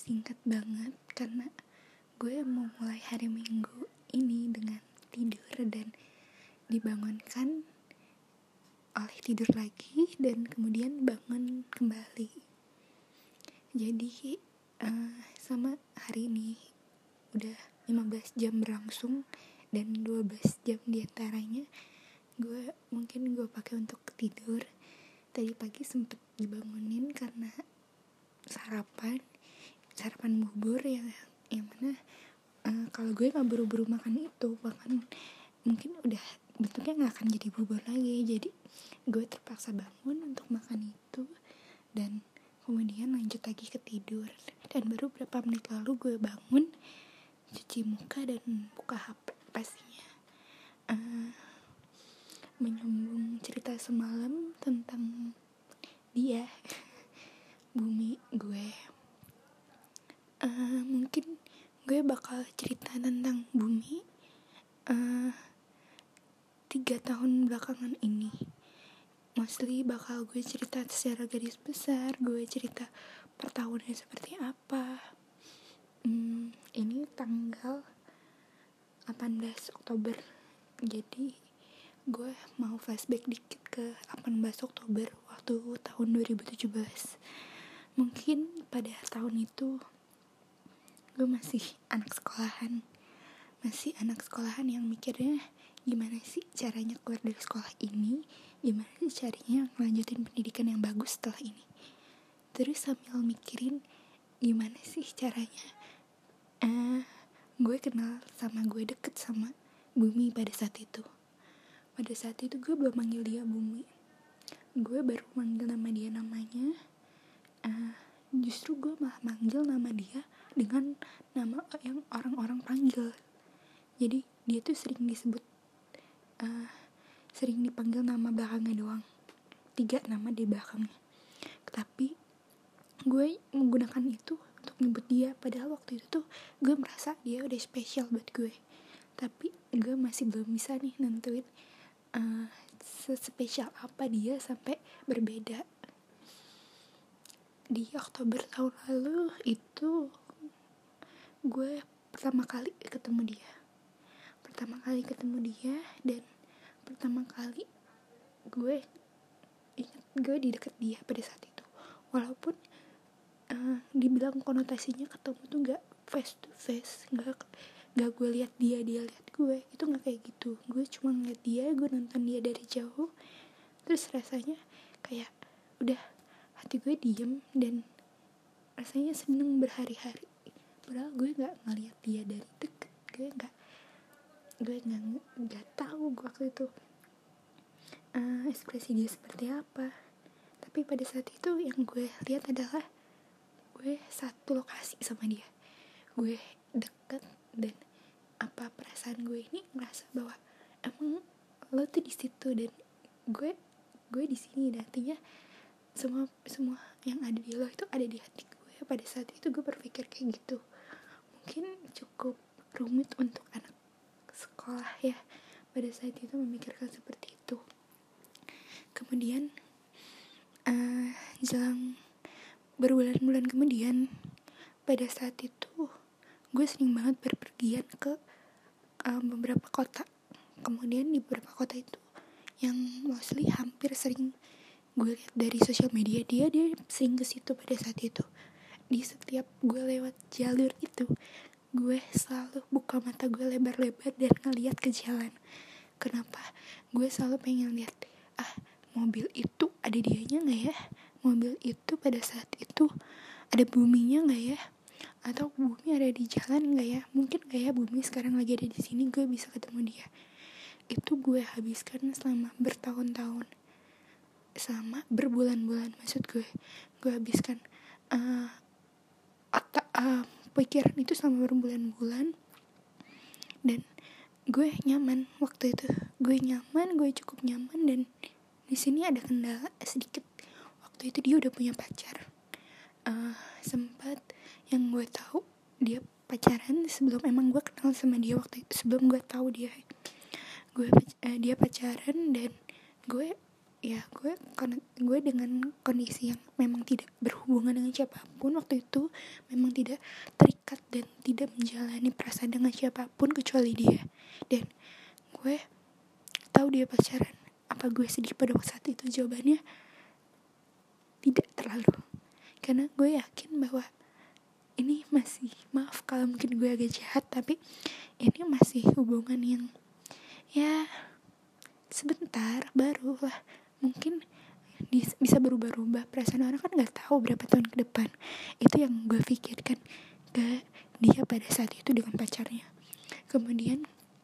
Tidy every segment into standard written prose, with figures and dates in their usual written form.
singkat banget karena gue mau mulai hari Minggu ini dengan tidur dan dibangunkan oleh tidur lagi dan kemudian bangun kembali. Jadi sama hari ini udah 15 jam berlangsung dan 12 jam diantaranya gue pakai untuk tidur. Tadi pagi sempet dibangunin karena sarapan bubur yang mana kalau gue nggak buru-buru makan itu, bahkan mungkin udah bentuknya nggak akan jadi bubur lagi. Jadi gue terpaksa bangun untuk makan itu dan kemudian lanjut lagi ke tidur. Dan baru beberapa menit lalu gue bangun, cuci muka dan buka HP pastinya. Menyambung cerita semalam tentang dia, bumi gue. Mungkin gue bakal cerita tentang bumi 3 tahun belakangan ini. Mostly bakal gue cerita secara garis besar, gue cerita per tahunnya seperti apa. Ini tanggal 18 Oktober. Jadi gue mau flashback dikit ke 18 Oktober waktu tahun 2017. Mungkin pada tahun itu gue masih anak sekolahan yang mikirnya gimana sih caranya keluar dari sekolah ini, gimana sih caranya ngelanjutin pendidikan yang bagus setelah ini. Terus sambil mikirin gimana sih caranya gue deket sama bumi pada saat itu. Pada saat itu gue belum manggil dia bumi, gue baru manggil namanya. Justru gue malah manggil nama dia dengan nama yang orang-orang panggil. Jadi dia tuh sering dipanggil nama belakangnya doang, 3 nama di belakangnya. Tapi gue menggunakan itu untuk nyebut dia, padahal waktu itu tuh gue merasa dia udah spesial buat gue. Tapi gue masih belum bisa nih nentuin sespesial apa dia sampai berbeda. Di Oktober tahun lalu itu gue pertama kali ketemu dia dan pertama kali gue ingat gue di deket dia pada saat itu. Walaupun dibilang konotasinya ketemu tuh gak face to face, gak gue lihat dia lihat gue, itu gak kayak gitu. Gue cuma ngeliat dia, gue nonton dia dari jauh, terus rasanya kayak udah hati gue diem dan rasanya seneng berhari-hari. Padahal gue gak ngeliat dia dari deket, gue gak tahu waktu itu ekspresi dia seperti apa. Tapi pada saat itu yang gue lihat adalah gue satu lokasi sama dia, gue deket, dan apa perasaan gue ini ngerasa bahwa emang lo tuh di situ dan gue di sini. Dan artinya semua yang ada di lo itu ada di hati gue. Pada saat itu gue berpikir kayak gitu. Mungkin cukup rumit untuk anak sekolah ya pada saat itu memikirkan seperti itu. Kemudian jelang berbulan-bulan kemudian, pada saat itu gue sering banget berpergian ke beberapa kota. Kemudian di beberapa kota itu yang mostly hampir sering gue lihat dari sosial media, dia sering ke situ pada saat itu. Di setiap gue lewat jalur itu, gue selalu buka mata gue lebar-lebar dan ngeliat ke jalan. Kenapa? Gue selalu pengen lihat, mobil itu ada dianya nggak ya? Mobil itu pada saat itu ada buminya nggak ya? Atau bumi ada di jalan nggak ya? Mungkin nggak ya bumi sekarang lagi ada di sini, gue bisa ketemu dia. Itu gue habiskan selama bertahun-tahun, selama berbulan-bulan maksud gue habiskan pikiran itu selama berbulan-bulan. Dan gue nyaman waktu itu, gue cukup nyaman. Dan di sini ada kendala sedikit. Waktu itu dia udah punya pacar. Sempat yang gue tahu dia pacaran sebelum emang gue kenal sama dia waktu itu, sebelum gue tahu dia pacaran. Dan gue ya gue dengan kondisi yang memang tidak berhubungan dengan siapapun waktu itu, memang tidak terikat dan tidak menjalani perasaan dengan siapapun kecuali dia. Dan gue tahu dia pacaran. Apa gue sedih pada saat itu? Jawabannya tidak terlalu, karena gue yakin bahwa ini masih, maaf kalau mungkin gue agak jahat, tapi ini masih hubungan yang ya sebentar baru lah, mungkin bisa berubah-ubah. Perasaan orang kan nggak tahu berapa tahun ke depan. Itu yang gue pikirkan ke dia pada saat itu dengan pacarnya. Kemudian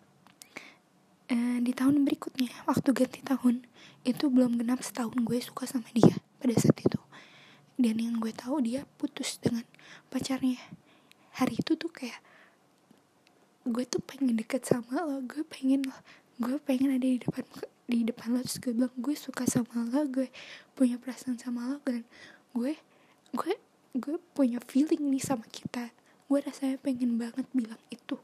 di tahun berikutnya, waktu ganti tahun, itu belum genap setahun gue suka sama dia pada saat itu. Dan yang gue tahu dia putus dengan pacarnya. Hari itu tuh kayak gue tuh pengen deket sama lo, gue pengen ada di depan lo, terus gue bilang gue suka sama lo, gue punya perasaan sama lo, dan gue punya feeling nih sama kita. Gue rasanya pengen banget bilang itu.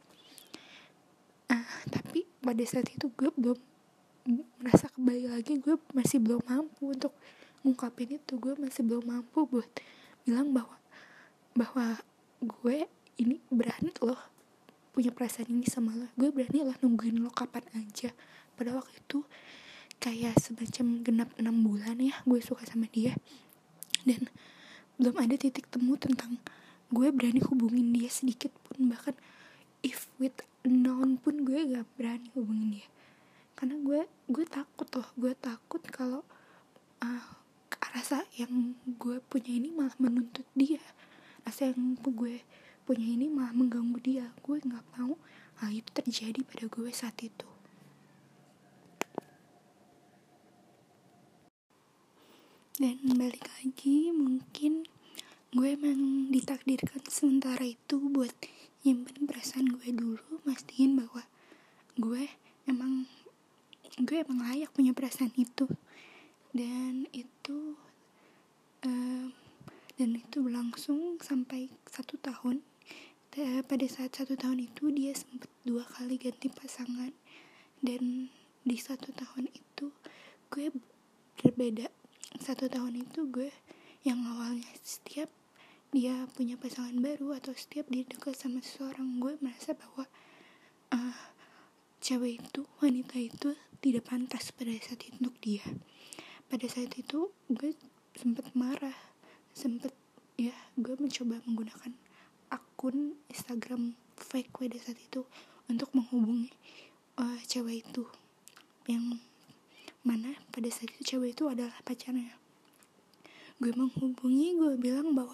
Tapi pada saat itu gue belum merasa kembali lagi, gue masih belum mampu untuk ngungkapin itu. Gue masih belum mampu buat bilang bahwa gue ini berani loh punya perasaan ini sama lo, gue berani lah nungguin lo kapan aja. Pada waktu itu kayak semacam genap 6 bulan ya gue suka sama dia, dan belum ada titik temu tentang gue berani hubungin dia sedikit pun. Bahkan if with unknown pun gue gak berani hubungin dia, karena gue takut kalau rasa yang gue punya ini malah menuntut dia, rasa yang gue punya ini malah mengganggu dia. Gue gak mau hal itu terjadi pada gue saat itu. Dan balik lagi, mungkin gue emang ditakdirkan sementara itu buat nyimpen perasaan gue dulu, mastiin bahwa gue emang layak punya perasaan itu. Dan itu berlangsung sampai 1 tahun. Pada saat 1 tahun itu dia sempat 2 kali ganti pasangan, dan di 1 tahun itu gue berbeda. 1 tahun itu gue yang awalnya setiap dia punya pasangan baru atau setiap dia dekat sama seseorang, gue merasa bahwa wanita itu tidak pantas pada saat itu untuk dia. Pada saat itu gue sempat marah, gue mencoba menggunakan akun Instagram fake pada saat itu untuk menghubungi cewek itu, yang mana pada saat itu cewek itu adalah pacarnya. Gue menghubungi, gue bilang bahwa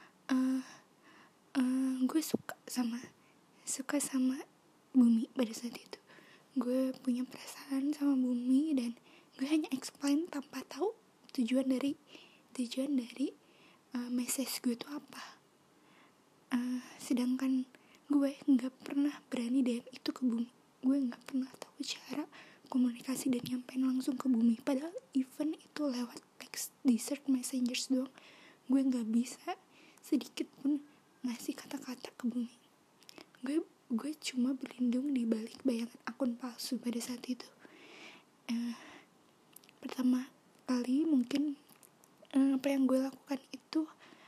gue suka sama Bumi. Pada saat itu gue punya perasaan sama Bumi, dan gue hanya explain tanpa tahu tujuan dari message gue itu apa. Sedangkan gue nggak pernah berani DM itu ke Bumi. Gue nggak pernah tahu cara komunikasi dan nyampein langsung ke Bumi. Padahal even itu lewat text di search messengers doang, gue nggak bisa sedikit pun ngasih kata-kata ke Bumi. Gue cuma berlindung di balik bayangan akun palsu pada saat itu. Pertama kali mungkin apa yang gue lakukan itu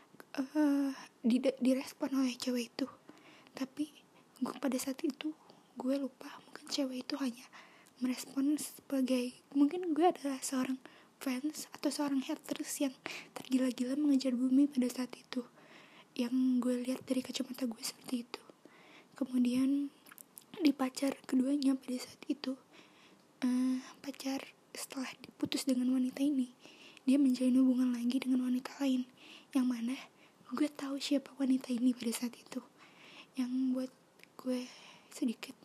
direspon oleh cewek itu. Tapi gue pada saat itu gue lupa, mungkin cewek itu hanya merespon sebagai, mungkin gue adalah seorang fans atau seorang haters yang tergila-gila mengejar Bumi pada saat itu. Yang gue lihat dari kacamata gue seperti itu. Kemudian di pacar keduanya pada saat itu, pacar setelah diputus dengan wanita ini, dia menjalin hubungan lagi dengan wanita lain, yang mana gue tahu siapa wanita ini pada saat itu. Yang buat gue sedikit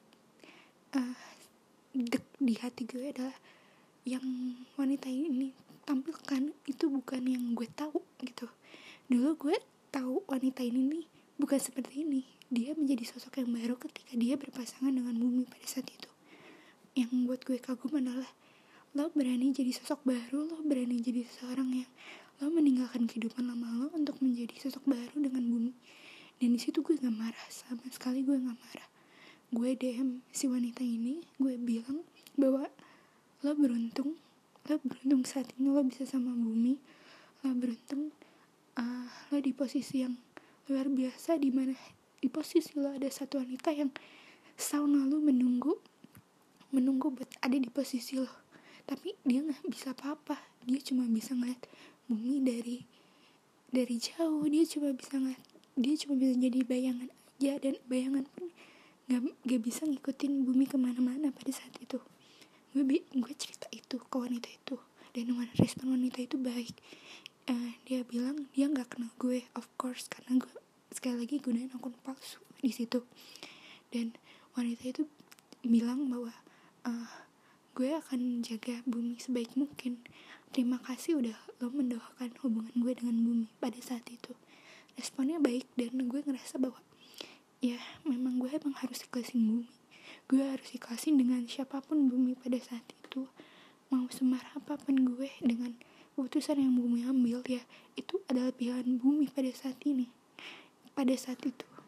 deg di hati gue adalah yang wanita ini tampilkan itu bukan yang gue tahu gitu. Dulu gue tahu wanita ini nih bukan seperti ini. Dia menjadi sosok yang baru ketika dia berpasangan dengan Bumi pada saat itu. Yang buat gue kagum adalah lo berani jadi sosok baru, lo berani jadi seseorang yang lo meninggalkan kehidupan lama lo untuk menjadi sosok baru dengan Bumi. Dan di situ gue gak marah, sama sekali gue gak marah. Gue DM si wanita ini, gue bilang bahwa lo beruntung, lo beruntung saat ini lo bisa sama bumi, lo beruntung lo di posisi yang luar biasa, di mana di posisi lo ada satu wanita yang setahun lalu menunggu buat ada di posisi lo, tapi dia nggak bisa apa-apa. Dia cuma bisa ngeliat bumi dari jauh, dia cuma bisa jadi bayangan aja, dan bayangan pun gak bisa ngikutin bumi kemana-mana pada saat itu. Gue cerita itu ke wanita itu, dan respon wanita itu baik. Dia bilang dia nggak kenal gue, of course, karena gue sekali lagi gunain akun palsu di situ. Dan wanita itu bilang bahwa gue akan jaga bumi sebaik mungkin. Terima kasih udah lo mendoakan hubungan gue dengan bumi pada saat itu. Responnya baik, dan gue ngerasa bahwa ya memang gue emang harus ikhlasin bumi. Gue harus ikhlasin dengan siapapun bumi pada saat itu. Mau semarah apapun gue dengan keputusan yang bumi ambil, ya itu adalah pilihan bumi pada saat ini, pada saat itu.